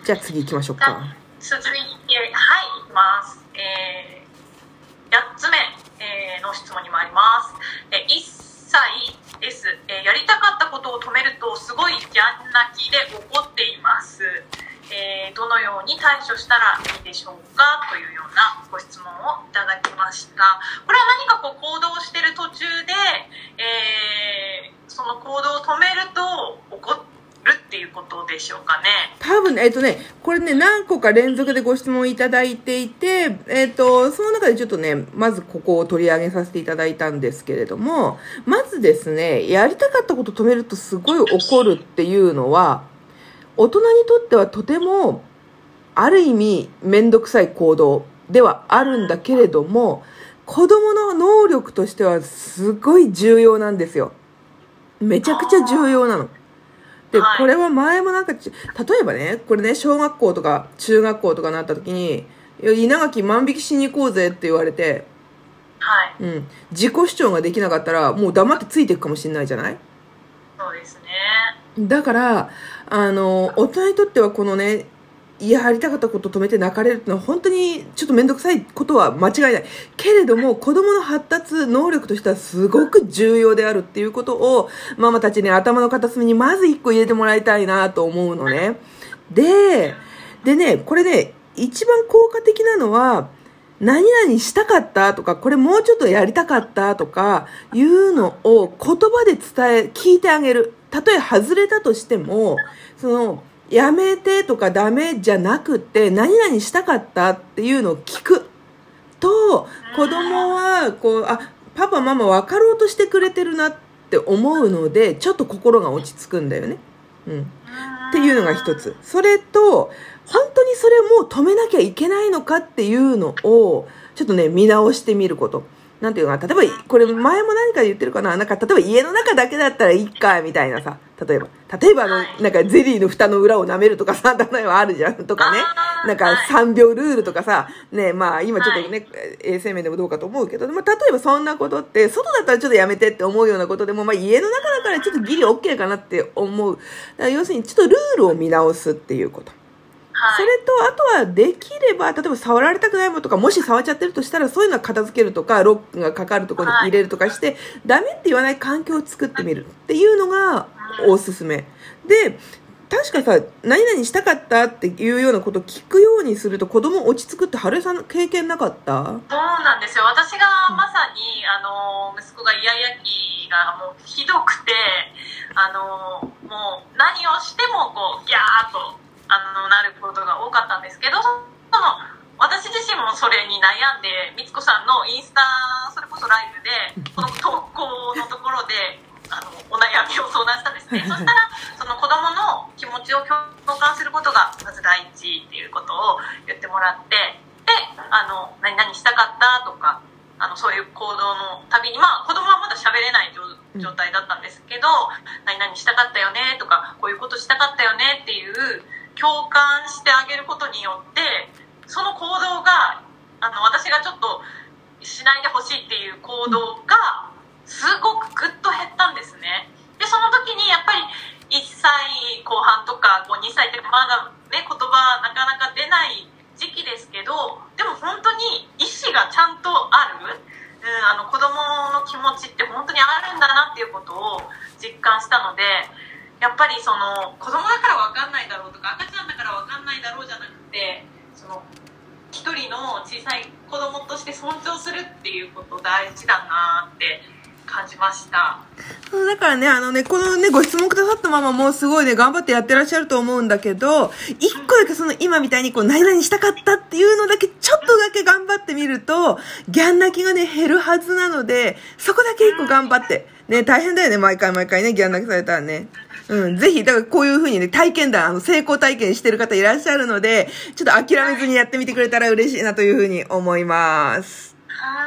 じゃあ次行きましょうじゃあか。 続いて、はい、いきます。8つ目、の質問に参ります。1歳です。やりたかったことを止めるとすごいギャン泣きで怒っています。どのように対処したらいいでしょうかというようなご質問をいただきました。これは何かこう行動している途中で、その行動を止めると怒るっていうことでしょうかね。 多分これね、何個か連続でご質問いただいていて、その中でちょっとね、まずここを取り上げさせていただいたんですけれども、まずですね、やりたかったことを止めるとすごい怒るっていうのは、大人にとってはとても、ある意味、めんどくさい行動ではあるんだけれども、子供の能力としてはすごい重要なんですよ。めちゃくちゃ重要なの。で、これは前も例えばね、これね、小学校とか中学校とかになった時に、稲垣万引きしに行こうぜって言われて、 はい。 自己主張ができなかったら、もう黙ってついていくかもしれないじゃない？ そうですね。 だから、大人にとってはこのね、やりたかったことを止めて泣かれるってのは本当にちょっとめんどくさいことは間違いない。けれども、子供の発達能力としてはすごく重要であるっていうことを、ママたちに頭の片隅にまず一個入れてもらいたいなと思うのね。でね、これね、一番効果的なのは、何々したかったとか、これもうちょっとやりたかったとか、いうのを言葉で聞いてあげる。たとえ外れたとしても、やめてとかダメじゃなくて、何々したかったっていうのを聞くと、子供は、パパママ分かろうとしてくれてるなって思うので、ちょっと心が落ち着くんだよね。っていうのが一つ。それと、本当にそれもう止めなきゃいけないのかっていうのを、ちょっとね、見直してみること。なんていうのかな、例えば、これ前も何か言ってるかな、例えば家の中だけだったらいいか、みたいなさ、例えばゼリーの蓋の裏を舐めるとかさ、例えばあるじゃん、とかね。3秒ルールとかさ、ね、今ちょっとね、衛生面でもどうかと思うけど、例えばそんなことって、外だったらちょっとやめてって思うようなことでも、家の中だからちょっとギリ OK かなって思う。だから要するに、ちょっとルールを見直すっていうこと。それと、あとはできれば、例えば触られたくないものとか、もし触っちゃってるとしたら、そういうのは片付けるとか、ロックがかかるところに入れるとかして、ダメって言わない環境を作ってみるっていうのがおすすめ。で、確かさ、何々したかったっていうようなことを聞くようにすると子供落ち着くって春江さんの経験なかった？ そうなんですよ。私がまさに、息子がイヤイヤ期がもうひどくて、もう何をしてもこう、ギャーっと、なることが多かったんですけど、私自身もそれに悩んで、みつこさんのインスタ、それこそライブで、この投稿のところで、お悩みを相談したんですね。そしたら、その子供の気持ちを共感することがまず第一っていうことを言ってもらって、で、何々したかったとか、そういう行動のたびに、子供はまだ喋れない状態だったんですけど、何々したかったよねとか、こういうことしたかったよねっていう、共感してあげることによって、その行動が、私がちょっとしないでほしいっていう行動が、すごくぐっと減ったんですね。で、その時にやっぱり1歳後半とか2歳ってまだね、言葉なかなか出ない時期ですけど、でも本当に意思がちゃんとある、子供の気持ちって本当にあるんだなっていうことを実感したので、やっぱり子供だから分かんないだろうとか、赤ちゃんだから分かんないだろうじゃなくて、一人の小さい子供として尊重するっていうこと大事だなって感じました。 だからね、このね、ご質問くださったママもすごいね、頑張ってやってらっしゃると思うんだけど、一個だけ今みたいに何々したかったっていうのだけ、ちょっとだけ頑張ってみると、ギャン泣きがね、減るはずなので、そこだけ一個頑張って。ね、大変だよね、毎回ね、ギャン泣きされたらね。ぜひ、だからこういう風にね、成功体験してる方いらっしゃるので、ちょっと諦めずにやってみてくれたら嬉しいなという風に思います。